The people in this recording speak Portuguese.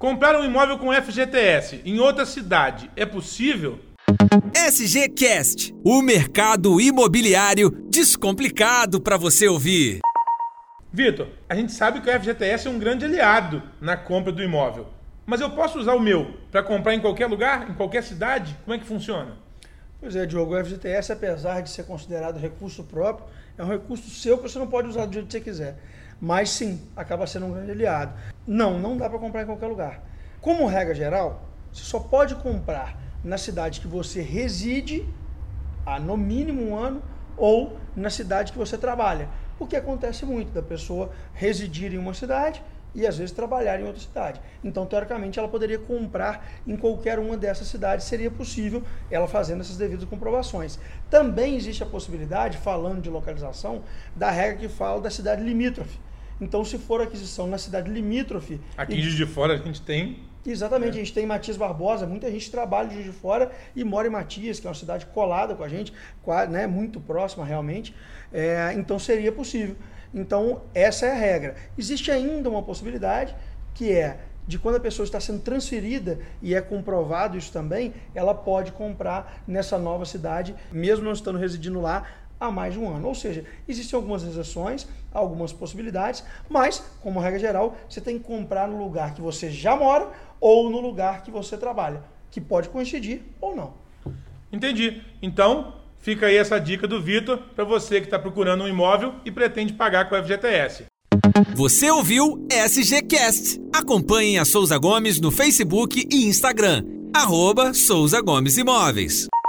Comprar um imóvel com FGTS em outra cidade é possível? SGCast, o mercado imobiliário descomplicado para você ouvir. Vitor, a gente sabe que o FGTS é um grande aliado na compra do imóvel. Mas eu posso usar o meu para comprar em qualquer lugar, em qualquer cidade? Como é que funciona? Pois é, Diogo, o FGTS, apesar de ser considerado recurso próprio, é um recurso seu que você não pode usar do jeito que você quiser. Mas sim, acaba sendo um grande aliado. Não dá para comprar em qualquer lugar. Como regra geral, você só pode comprar na cidade que você reside há no mínimo um ano ou na cidade que você trabalha. O que acontece muito da pessoa residir em uma cidade e às vezes trabalhar em outra cidade. Então, teoricamente, ela poderia comprar em qualquer uma dessas cidades, seria possível ela fazendo essas devidas comprovações. Também existe a possibilidade, falando de localização, da regra que fala da cidade limítrofe. Então, se for aquisição na cidade limítrofe... Aqui em Juiz de Fora a gente tem... Exatamente, a gente tem Matias Barbosa, muita gente trabalha de Juiz de Fora e mora em Matias, que é uma cidade colada com a gente, né, muito próxima realmente, então seria possível. Então essa é a regra. Existe ainda uma possibilidade que é de quando a pessoa está sendo transferida, e é comprovado isso também, ela pode comprar nessa nova cidade, mesmo não estando residindo lá, há mais de um ano. Ou seja, existem algumas exceções, algumas possibilidades, mas, como regra geral, você tem que comprar no lugar que você já mora ou no lugar que você trabalha, que pode coincidir ou não. Entendi. Então, fica aí essa dica do Vitor para você que está procurando um imóvel e pretende pagar com o FGTS. Você ouviu SGCast. Acompanhem a Souza Gomes no Facebook e Instagram, @Souza Gomes Imóveis.